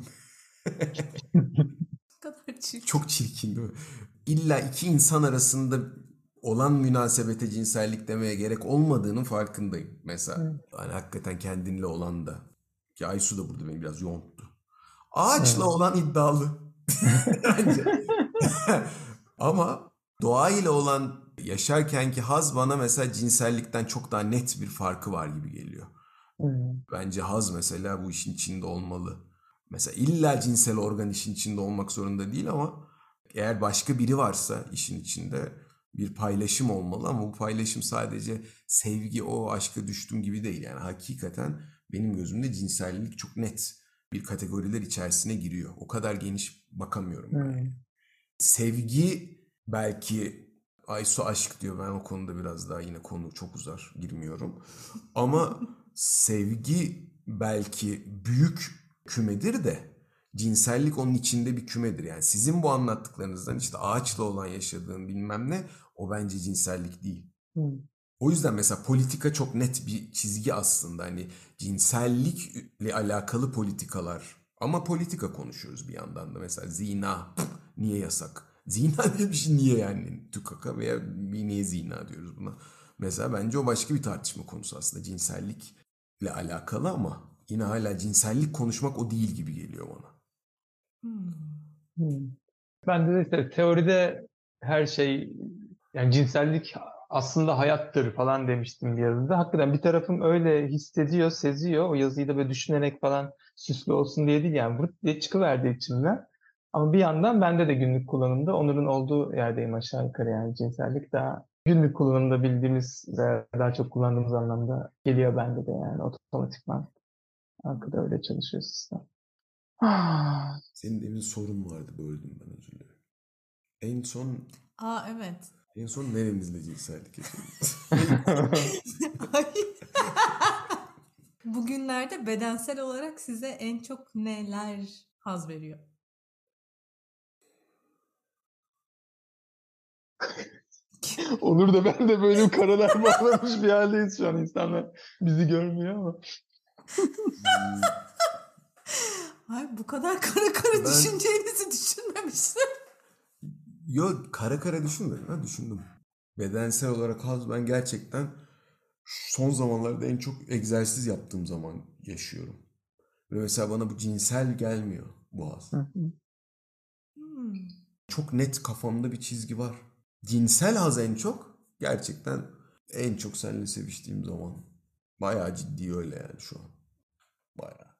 kadar çirkin. Çok çirkin değil mi? İlla iki insan arasında olan münasebete cinsellik demeye gerek olmadığının farkındayım. Mesela Evet. hani hakikaten kendinle olan da. Ki Aysu da burada beni biraz yonttu. Ağaçla Evet. olan iddialı. Bence. Ama doğayla olan yaşarkenki haz bana mesela cinsellikten çok daha net bir farkı var gibi geliyor. Evet. Bence haz mesela bu işin içinde olmalı. Mesela illa cinsel organ işin içinde olmak zorunda değil ama eğer başka biri varsa işin içinde bir paylaşım olmalı ama bu paylaşım sadece sevgi, o aşka düştüm gibi değil. Yani hakikaten benim gözümde cinsellik çok net bir kategoriler içerisine giriyor. O kadar geniş bakamıyorum ben. Evet. Sevgi belki Aysu aşk diyor. Ben o konuda biraz daha yine konu çok uzar girmiyorum. Ama sevgi belki büyük kümedir de cinsellik onun içinde bir kümedir. Yani sizin bu anlattıklarınızdan işte ağaçla olan yaşadığın bilmem ne o bence cinsellik değil. Evet. O yüzden mesela politika çok net bir çizgi aslında. Hani cinsellikle alakalı politikalar. Ama politika konuşuyoruz bir yandan da. Mesela zina pf, niye yasak? Zina diye bir şey niye yani? Tükaka veya niye zina diyoruz buna? Mesela bence o başka bir tartışma konusu aslında. Cinsellikle alakalı ama yine hala cinsellik konuşmak o değil gibi geliyor bana. Hmm. Hmm. Bende de işte teoride her şey yani cinsellik aslında hayattır falan demiştim bir yazıda. Hakikaten bir tarafım öyle hissediyor, seziyor. O yazıyı da böyle düşünerek falan süslü olsun diye değil yani vırt diye çıkıverdi içimden. Ama bir yandan bende de günlük kullanımda Onur'un olduğu yerdeyim aşağı yukarı yani cinsellik daha günlük kullanımda bildiğimiz ve daha çok kullandığımız anlamda geliyor bende de yani otomatikman. Arkada öyle çalışıyor sistem. Ah. Senin demin sorun vardı, böldüm ben, özür dilerim. En son Aa evet. en son neremizle cinsellik yaşadınız? Ay. Bugünlerde bedensel olarak size en çok neler haz veriyor? Onur da ben de böyle karalar bağlamış bir haldeyiz şu an. İnsanlar bizi görmüyor ama. Ay bu kadar kara kara Ben- düşüneceğinizi düşünmemiştim. Yok, kara kara düşünmedim. Ha, düşündüm. Bedensel olarak haz ben gerçekten son zamanlarda en çok egzersiz yaptığım zaman yaşıyorum. Ve mesela bana bu cinsel gelmiyor bu haz. Hı hı. Hmm. Çok net kafamda bir çizgi var. Cinsel haz en çok. Gerçekten en çok seninle seviştiğim zaman. Bayağı ciddi öyle yani şu an. Bayağı.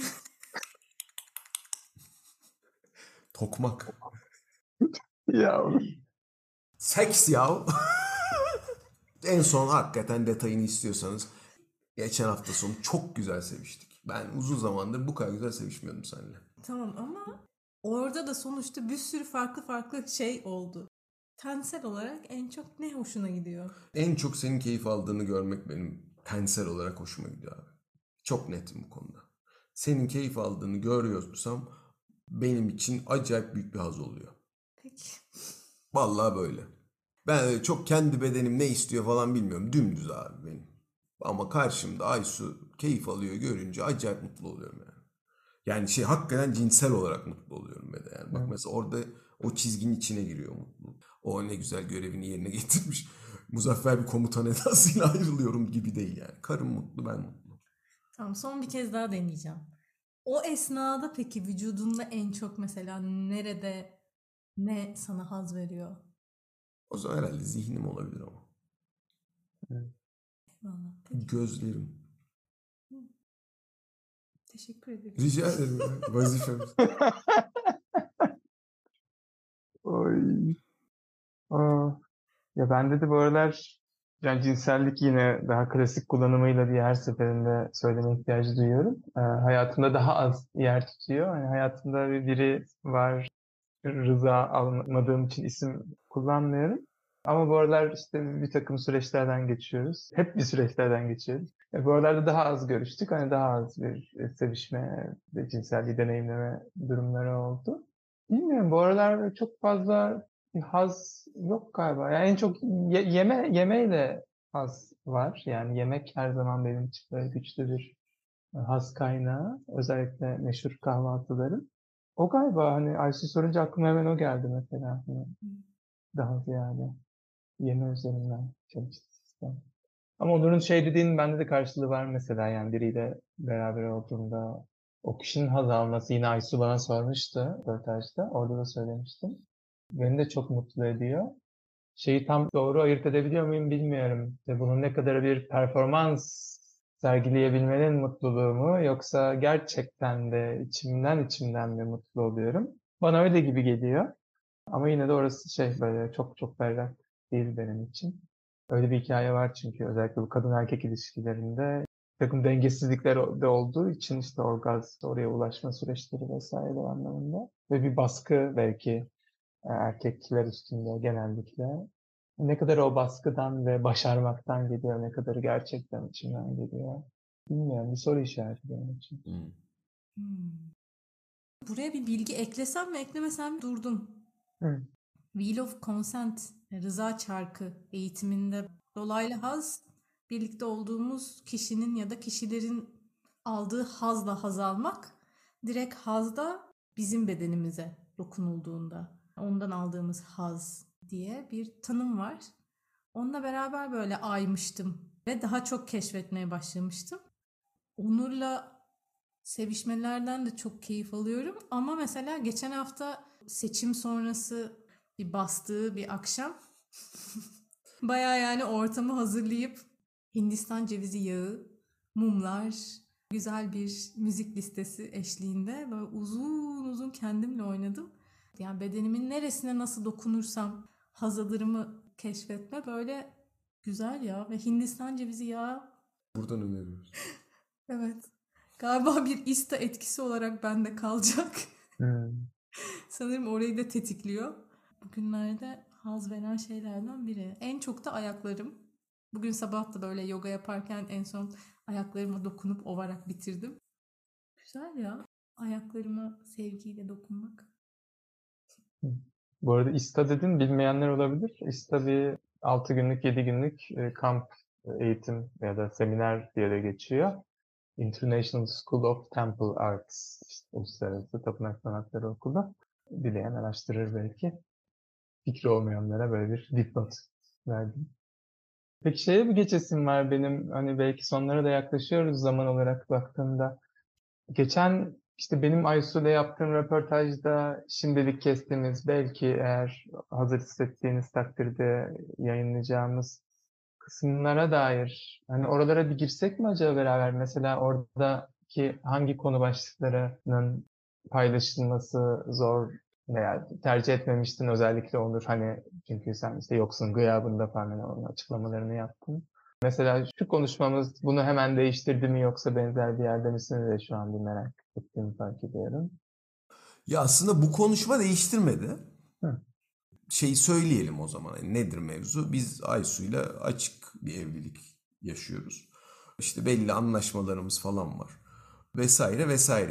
Tokmak. Ya Seks ya. En son hakikaten detayını istiyorsanız geçen hafta sonu çok güzel seviştik. Ben uzun zamandır bu kadar güzel sevişmiyordum seninle. Tamam ama orada da sonuçta bir sürü farklı farklı şey oldu. Tensel olarak en çok ne hoşuna gidiyor? En çok senin keyif aldığını görmek benim tensel olarak hoşuma gidiyor abi. Çok netim bu konuda. Senin keyif aldığını görüyorsam benim için acayip büyük bir haz oluyor. Peki. Vallahi böyle. Ben öyle çok kendi bedenim ne istiyor falan bilmiyorum. Dümdüz abi benim. Ama karşımda Aysu keyif alıyor görünce acayip mutlu oluyorum yani. Yani şey hakikaten cinsel olarak mutlu oluyorum ben de yani. Bak Evet. mesela orada o çizginin içine giriyor mutluluk. O ne güzel görevini yerine getirmiş. Muzaffer bir komutan edasıyla ayrılıyorum gibi değil yani. Karım mutlu, ben mutlu. Tamam son bir kez daha deneyeceğim. O esnada peki vücudunda en çok mesela nerede ne sana haz veriyor? O zaman herhalde zihnim olabilir ama. Eyvallah. Peki. Gözlerim. Teşekkür ederim. Rica ederim. ya, Vazifemiz. Oy. Aa. Ya bende de bu aralar Yani cinsellik yine daha klasik kullanımıyla diye her seferinde söyleme ihtiyacı duyuyorum. Ee, hayatımda daha az yer tutuyor. Yani hayatımda bir biri var, rıza almadığım için isim kullanmıyorum. Ama bu aralar işte bir takım süreçlerden geçiyoruz. Hep bir süreçlerden geçiyoruz. E, bu aralarda daha az görüştük. Hani daha az bir e, sevişme ve cinselliği deneyimleme durumları oldu. Bilmiyorum, bu aralar çok fazla bir haz yok galiba. Yani en çok ye- yeme yemeyle haz var. Yani yemek her zaman benim için böyle güçlü bir e, haz kaynağı. Özellikle meşhur kahvaltılarım. O galiba, hani Ayşe sorunca aklıma hemen o geldi mesela. Hani daha ziyade yeme üzerinden çalıştı sistem. Ama Onur'un şey dediğinin bende de karşılığı var mesela, yani biriyle beraber olduğumda o kişinin haz alması, yine Aysu bana sormuştu röportajda, orada da söylemiştim. Beni de çok mutlu ediyor. Şeyi tam doğru ayırt edebiliyor muyum bilmiyorum. İşte bunun ne kadar bir performans sergileyebilmenin mutluluğu mu, yoksa gerçekten de içimden içimden mi mutlu oluyorum? Bana öyle gibi geliyor. Ama yine de orası şey, böyle çok çok berrak değil benim için. Öyle bir hikaye var çünkü, özellikle bu kadın erkek ilişkilerinde bir takım dengesizlikler de olduğu için, işte orgazm, oraya ulaşma süreçleri vesaire anlamında ve bir baskı belki e, erkekler üstünde genellikle. Ne kadar o baskıdan ve başarmaktan geliyor, ne kadar gerçekten içinden geliyor. Bilmiyorum, bir soru işareti benim için. Hmm. Hmm. Buraya bir bilgi eklesem mi eklemesem durdum. Hı. Wheel of Consent, rıza çarkı eğitiminde dolaylı haz, birlikte olduğumuz kişinin ya da kişilerin aldığı hazla haz almak, direkt hazda bizim bedenimize dokunulduğunda ondan aldığımız haz diye bir tanım var. Onunla beraber böyle aymıştım ve daha çok keşfetmeye başlamıştım. Onur'la sevişmelerden de çok keyif alıyorum. Ama mesela geçen hafta seçim sonrası bir bastığı bir akşam baya yani ortamı hazırlayıp Hindistan cevizi yağı, mumlar, güzel bir müzik listesi eşliğinde böyle uzun uzun kendimle oynadım. Yani bedenimin neresine nasıl dokunursam haz alırımı keşfetme böyle güzel ya. Ve Hindistan cevizi yağı, Buradan öneriyoruz. evet, galiba bir ista etkisi olarak bende kalacak. Hı. Sanırım orayı da tetikliyor. Bugünlerde haz veren şeylerden biri. En çok da ayaklarım. Bugün sabah da böyle yoga yaparken en son ayaklarıma dokunup ovarak bitirdim. Güzel ya. Ayaklarıma sevgiyle dokunmak. Hı. Bu arada İSTA dedin, bilmeyenler olabilir. İSTA bir altı günlük, yedi günlük e, kamp, e, eğitim ya da seminer diye de geçiyor. International School of Temple Arts, işte Uluslararası Tapınak Sanatları Okulu. Dileyen araştırır belki. Fikri olmayanlara böyle bir dipnot verdim. Peki şeye bir geçesim var benim, hani belki sonlara da yaklaşıyoruz zaman olarak baktığımda. Geçen işte benim Aysu'yla yaptığım röportajda şimdilik kestiğimiz, belki eğer hazır hissettiğiniz takdirde yayınlayacağımız kısımlara dair, hani oralara bir girsek mi acaba beraber? Mesela oradaki hangi konu başlıklarının paylaşılması zor veya tercih etmemiştin özellikle, olur hani, çünkü sen işte yoksun gıyabında falan, hani onun açıklamalarını yaptın. Mesela şu konuşmamız bunu hemen değiştirdi mi, yoksa benzer bir yerde misiniz de şu an bir merak ettiğimi fark ediyorum. Ya aslında bu konuşma değiştirmedi. Hı. Şeyi söyleyelim o zaman. Yani nedir mevzu? Biz Aysu'yla açık bir evlilik yaşıyoruz. İşte belli anlaşmalarımız falan var. Vesaire vesaire.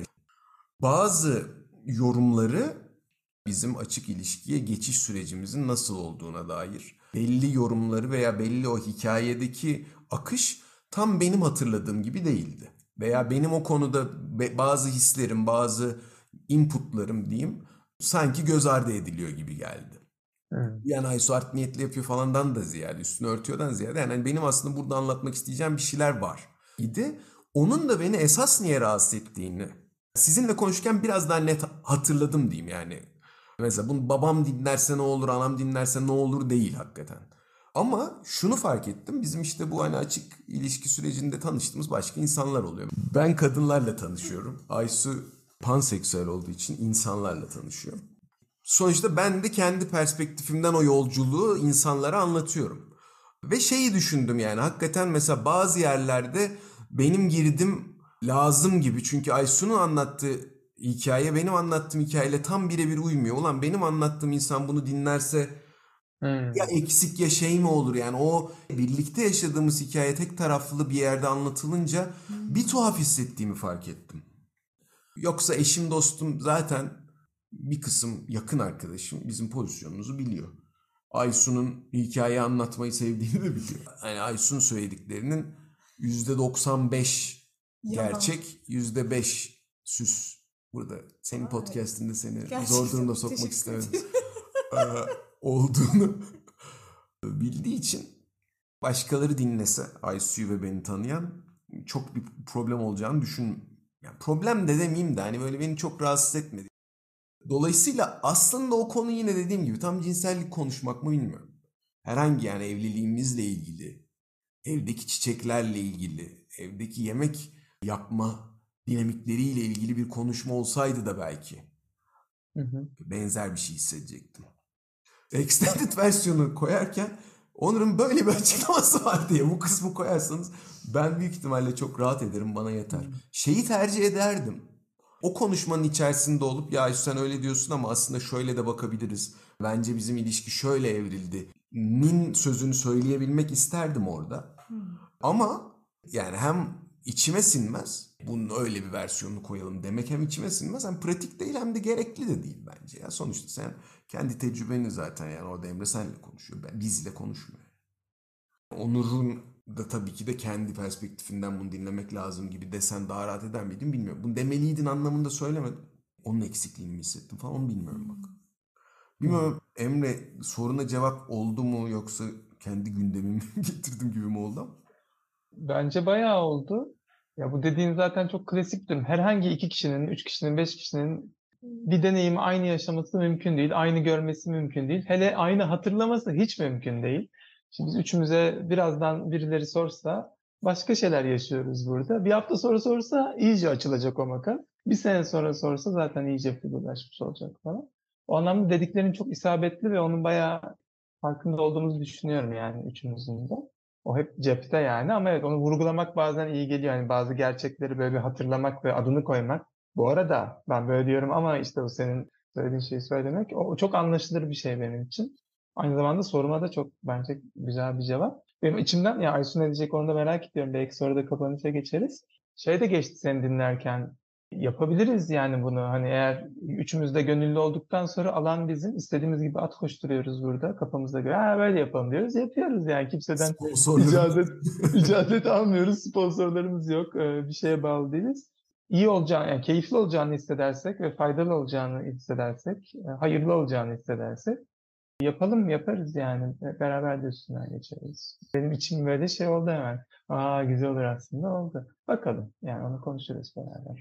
Bazı yorumları bizim açık ilişkiye geçiş sürecimizin nasıl olduğuna dair belli yorumları veya belli o hikayedeki akış tam benim hatırladığım gibi değildi. Veya benim o konuda bazı hislerim, bazı inputlarım diyeyim sanki göz ardı ediliyor gibi geldi. Hı. Yani Aysu art niyetli yapıyor falandan da ziyade, üstünü örtüyordan ziyade yani benim aslında burada anlatmak isteyeceğim bir şeyler var idi. Onun da beni esas niye rahatsız ettiğini sizinle konuşurken biraz daha net hatırladım diyeyim yani. Mesela bunu babam dinlerse ne olur, anam dinlerse ne olur değil hakikaten. Ama şunu fark ettim. Bizim işte bu hani açık ilişki sürecinde tanıştığımız başka insanlar oluyor. Ben kadınlarla tanışıyorum. Aysu panseksüel olduğu için insanlarla tanışıyor. Sonuçta ben de kendi perspektifimden o yolculuğu insanlara anlatıyorum. Ve şeyi düşündüm yani hakikaten mesela bazı yerlerde benim girdim lazım gibi. Çünkü Aysun'un anlattığı hikaye benim anlattığım hikayeyle tam birebir uymuyor. Ulan benim anlattığım insan bunu dinlerse Hmm. ya eksik ya şey mi olur yani o birlikte yaşadığımız hikaye tek taraflı bir yerde anlatılınca bir tuhaf hissettiğimi fark ettim. Yoksa eşim dostum zaten bir kısım yakın arkadaşım bizim pozisyonumuzu biliyor. Aysun'un hikaye anlatmayı sevdiğini de biliyor. Yani Aysun söylediklerinin yüzde doksan beş gerçek, yüzde beş süs. Burada senin Vay. podcast'inde seni Gerçekten zor durumda sokmak teşekkür istemedim. ederim. Ee, olduğunu bildiği için başkaları dinlese Aysu'yu ve beni tanıyan çok bir problem olacağını düşün. Yani problem de demeyeyim de hani böyle beni çok rahatsız etmedi. Dolayısıyla aslında o konu yine dediğim gibi tam cinsellik konuşmak mı bilmiyorum. Herhangi yani evliliğimizle ilgili, evdeki çiçeklerle ilgili, evdeki yemek yapma dinamikleriyle ilgili bir konuşma olsaydı da belki Hı hı. benzer bir şey hissedecektim. Extended versiyonu koyarken Onur'un böyle bir açıklaması var diye bu kısmı koyarsanız ben büyük ihtimalle çok rahat ederim, bana yeter. Şeyi tercih ederdim. O konuşmanın içerisinde olup ya sen öyle diyorsun ama aslında şöyle de bakabiliriz. Bence bizim ilişki şöyle evrildi. Nin sözünü söyleyebilmek isterdim orada. Ama yani hem içime sinmez. Bunun öyle bir versiyonunu koyalım demek hem içime sinmez hem pratik değil hem de gerekli de değil bence. Ya sonuçta sen kendi tecrübeni zaten yani orada Emre senle konuşuyor. Ben bizle konuşmuyor. Onur'un da tabii ki de kendi perspektifinden bunu dinlemek lazım gibi desen daha rahat eder miydin bilmiyorum. Bunu demeliydin anlamında söylemedim. Onun eksikliğini mi hissettim falan onu bilmiyorum bak. Bilmiyorum Emre soruna cevap oldu mu yoksa kendi gündemimi getirdim gibi mi oldu ama? Bence bayağı oldu. Ya bu dediğin zaten çok klasik bir durum. Herhangi iki kişinin, üç kişinin, beş kişinin bir deneyimi aynı yaşaması mümkün değil. Aynı görmesi mümkün değil. Hele aynı hatırlaması hiç mümkün değil. Şimdi biz üçümüze birazdan birileri sorsa başka şeyler yaşıyoruz burada. Bir hafta sonra sorsa iyice açılacak o makas. Bir sene sonra sorsa zaten iyice flulaşmış olacak falan. O anlamda dediklerin çok isabetli ve onun bayağı farkında olduğumuzu düşünüyorum yani üçümüzün de. O hep cepte yani ama evet onu vurgulamak bazen iyi geliyor. Yani bazı gerçekleri böyle bir hatırlamak ve adını koymak. Bu arada ben böyle diyorum ama işte o senin söylediğin şeyi söylemek o, o çok anlaşılır bir şey benim için. Aynı zamanda soruma da çok bence güzel bir cevap. Benim içimden ya Aysun ne diyecek onu da merak ediyorum. Belki sonra da kapanışa geçeriz. Şey de geçti seni dinlerken. Yapabiliriz yani bunu. Hani eğer üçümüz de gönüllü olduktan sonra alan bizim. İstediğimiz gibi at koşturuyoruz burada kafamıza göre. Ha böyle yapalım diyoruz. Yapıyoruz yani kimseden icazet, icazet almıyoruz. Sponsorlarımız yok. Ee, bir şeye bağlı değiliz. İyi olacağını, yani keyifli olacağını hissedersek ve faydalı olacağını hissedersek, hayırlı olacağını hissedersek yapalım yaparız yani. Beraber de üstünden geçeriz. Benim içim böyle şey oldu hemen. Aa güzel olur aslında oldu. Bakalım yani onu konuşuruz beraber.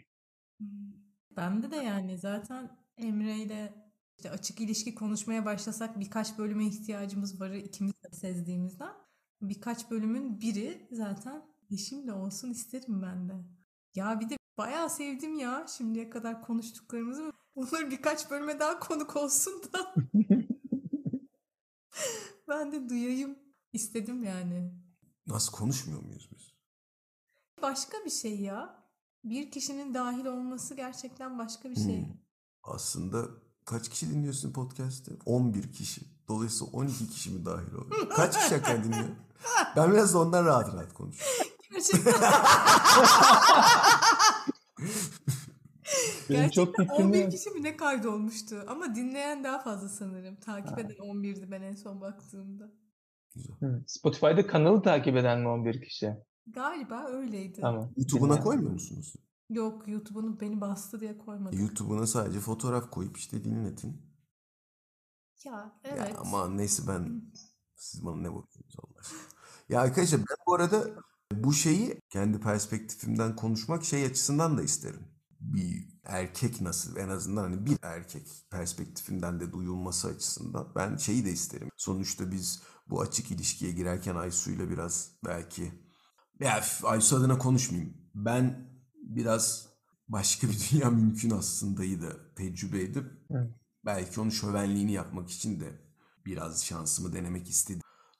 Bende de yani zaten Emre ile işte açık ilişki konuşmaya başlasak birkaç bölüme ihtiyacımız var ikimiz de sezdiğimizden. Birkaç bölümün biri zaten eşimle olsun isterim ben de. Ya bir de bayağı sevdim ya şimdiye kadar konuştuklarımızı. Onları birkaç bölüme daha konuk olsun da ben de duyayım istedim yani. Nasıl konuşmuyor muyuz biz? Başka bir şey ya. Bir kişinin dahil olması gerçekten başka bir şey. Hmm. Aslında kaç kişi dinliyorsun podcast'te? on bir kişi. Dolayısıyla on iki kişi mi dahil oluyor? Kaç kişi hakikaten dinliyor? Ben biraz da ondan rahat rahat konuşuyorum. Gerçekten. Benim çok Gerçekten fikrim on bir yok. kişi mi ne kaydolmuştu? Ama dinleyen daha fazla sanırım. Takip eden on birdi ben en son baktığımda. Hı. Spotify'da kanalı takip eden mi on bir kişi? Galiba öyleydi. Tamam. YouTube'una Dinleyen. koymuyor musunuz? Yok YouTube'unu beni bastı diye koymadım. YouTube'una sadece fotoğraf koyup işte dinletin. Ya evet. Ya aman neyse ben siz bana ne bakıyorsunuz Allah aşkına. Ya arkadaşlar ben bu arada bu şeyi kendi perspektifimden konuşmak şey açısından da isterim. Bir erkek nasıl en azından hani bir erkek perspektifinden de duyulması açısından ben şeyi de isterim. Sonuçta biz bu açık ilişkiye girerken Aysu'yla biraz belki ya Aysu adına konuşmayayım. Ben biraz başka bir dünya mümkün aslındayı da tecrübe edip Hı. belki onun şövenliğini yapmak için de biraz şansımı denemek istedim.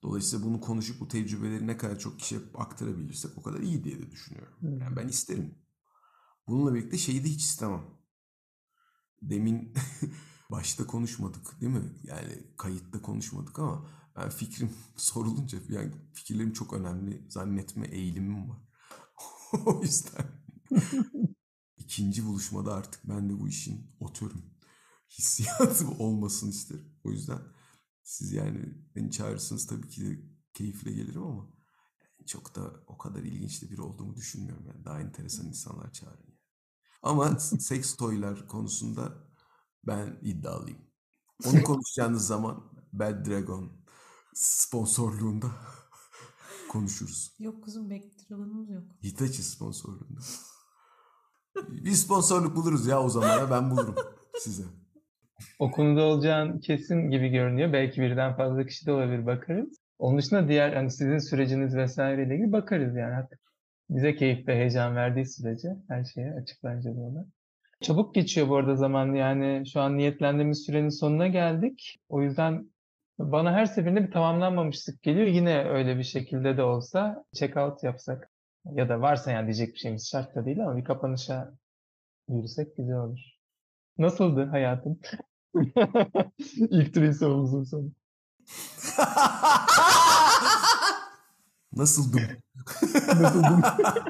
Dolayısıyla bunu konuşup bu tecrübeleri ne kadar çok kişiye aktarabilirsek o kadar iyi diye de düşünüyorum. Yani ben isterim. Bununla birlikte şeyi de hiç istemem. Demin başta konuşmadık değil mi? Yani kayıtta konuşmadık ama ben fikrim sorulunca yani fikirlerim çok önemli zannetme eğilimim var. O yüzden ikinci buluşmada artık ben de bu işin otörüm hissiyatı olmasını isterim. O yüzden siz yani beni çağırırsınız tabii ki de keyifle gelirim ama çok da o kadar ilginç de biri olduğumu düşünmüyorum. Yani daha enteresan insanlar çağırın. Yani. Ama seks toylar konusunda ben iddialıyım. Onu konuşacağınız zaman Bad Dragon sponsorluğunda konuşuruz. Yok kuzum, Backdragon'umuz yok. Hitachi sponsorluğunda. Bir sponsorluk buluruz ya o zamana, ben bulurum size. O konuda olacağın kesin gibi görünüyor. Belki birden fazla kişi de olabilir, bakarız. Onun dışında diğer hani sizin süreciniz vesaireyle ilgili bakarız yani. Hatta bize keyif ve heyecan verdiği sürece her şeye açık bence bu olay. Çabuk geçiyor bu arada zaman, yani şu an niyetlendiğimiz sürenin sonuna geldik. O yüzden bana her seferinde bir tamamlanmamışlık geliyor. Yine öyle bir şekilde de olsa check out yapsak ya da varsa yani diyecek bir şeyimiz şart da değil ama bir kapanışa yürüsek güzel olur. Nasıldı hayatın? İlk tur insanımızın sonu. Nasıldım? Nasıldım?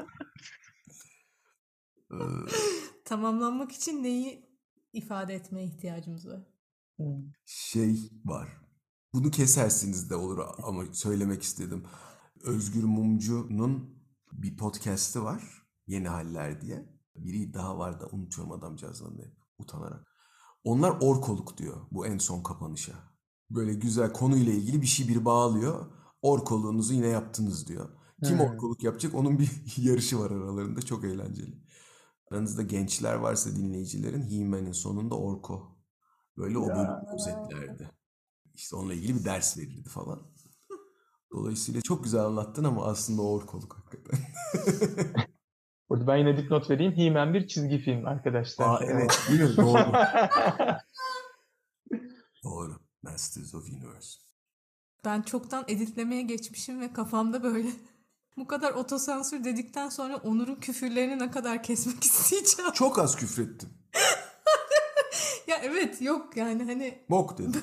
Ee, Tamamlanmak için neyi ifade etmeye ihtiyacımız var? şey var. Bunu kesersiniz de olur ama söylemek istedim. Özgür Mumcu'nun bir podcast'i var. Yeni Haller diye. Biri daha var da unutuyorum adamcağızdan hep utanarak. Onlar orkoluk diyor bu en son kapanışa. Böyle güzel konuyla ilgili bir şey bir bağlıyor. Orkoluğunuzu yine yaptınız diyor. Kim Hmm. orkoluk yapacak onun bir yarışı var aralarında, çok eğlenceli. Aranızda gençler varsa dinleyicilerin, He-Man'in sonunda orko. Böyle o bölümü özetlerdi. İşte onunla ilgili bir ders verirdi falan. Dolayısıyla çok güzel anlattın ama aslında o orkoluk hakikaten. Burada ben yine dipnot vereyim. He-Man bir çizgi film arkadaşlar. Aa evet, değil mi? Doğru. Doğru. Masters of Universe. Ben çoktan editlemeye geçmişim ve kafamda böyle bu kadar otosansür dedikten sonra Onur'un küfürlerini ne kadar kesmek isteyeceğim. Çok az küfrettim. Ya evet, yok yani hani. Bok dedim.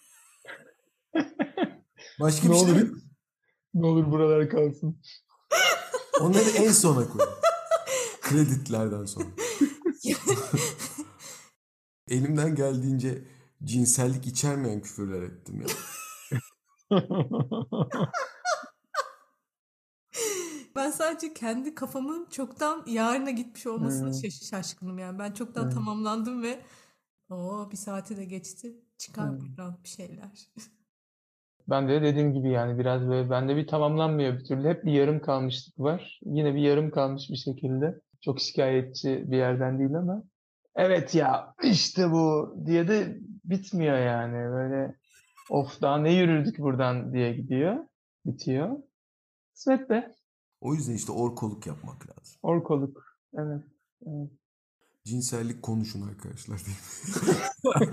Başka Ne bir şey olur, demedim. ne olur buralar kalsın. Onları en sona koy. Kreditlerden sonra. Elimden geldiğince cinsellik içermeyen küfürler ettim ya. Ben sadece kendi kafamın çoktan yarına gitmiş olmasına Hmm. şaş- şaşkınım yani. Ben çoktan Hmm. tamamlandım ve o bir saati de geçti. Çıkar Hmm. buradan bir şeyler. Ben de dediğim gibi yani biraz böyle bende bir tamamlanmıyor bir türlü. Hep bir yarım kalmışlık var. Yine bir yarım kalmış bir şekilde. Çok şikayetçi bir yerden değil ama. Evet ya işte bu diye de bitmiyor yani. Böyle of daha ne yürürdük buradan diye gidiyor. Bitiyor. Kısmet be. O yüzden işte orkoluk yapmak lazım. Orkoluk. Evet. Evet. Cinsellik konuşun arkadaşlar değil mi?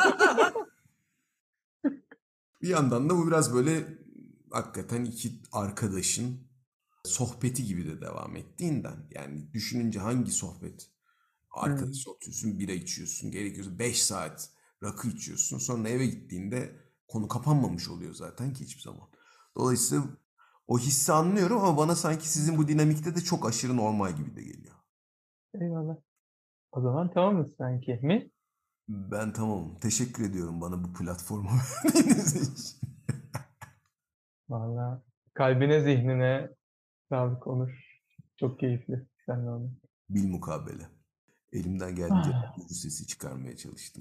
Bir yandan da bu biraz böyle hakikaten iki arkadaşın sohbeti gibi de devam ettiğinden, yani düşününce hangi sohbet? Arkadaş Hmm. oturuyorsun, bira içiyorsun, gerekiyorsa beş saat rakı içiyorsun. Sonra eve gittiğinde konu kapanmamış oluyor zaten ki hiçbir zaman. Dolayısıyla o hissi anlıyorum ama bana sanki sizin bu dinamikte de çok aşırı normal gibi de geliyor. Eyvallah. O zaman tamamız sanki mi? Ben tamamım. Teşekkür ediyorum bana bu platformu verdiğiniz için. Vallahi kalbine zihnine sağlık Onur. Çok keyifli. Seninle olmak. Bilmukabele. Elimden geldiğince Ah. bu sesi çıkarmaya çalıştım.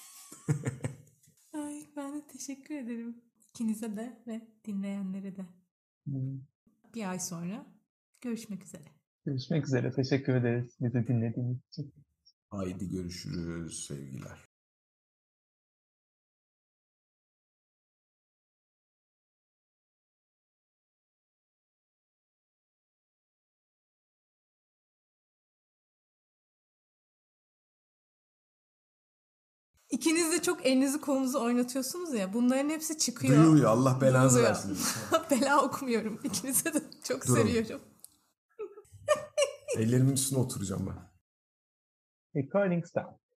Ay, ben de teşekkür ederim. İkinize de ve dinleyenlere de. Hmm. Bir ay sonra görüşmek üzere. Görüşmek üzere. Teşekkür ederiz bizi dinlediğiniz için. Haydi görüşürüz sevgiler. İkiniz de çok elinizi kolunuzu oynatıyorsunuz ya. Bunların hepsi çıkıyor. Duyuluyor. Allah belanızı Duyuluyor. versin. Bela okumuyorum. İkinize de çok Durun. seviyorum. Ellerimin üstüne oturacağım ben. Recording stop.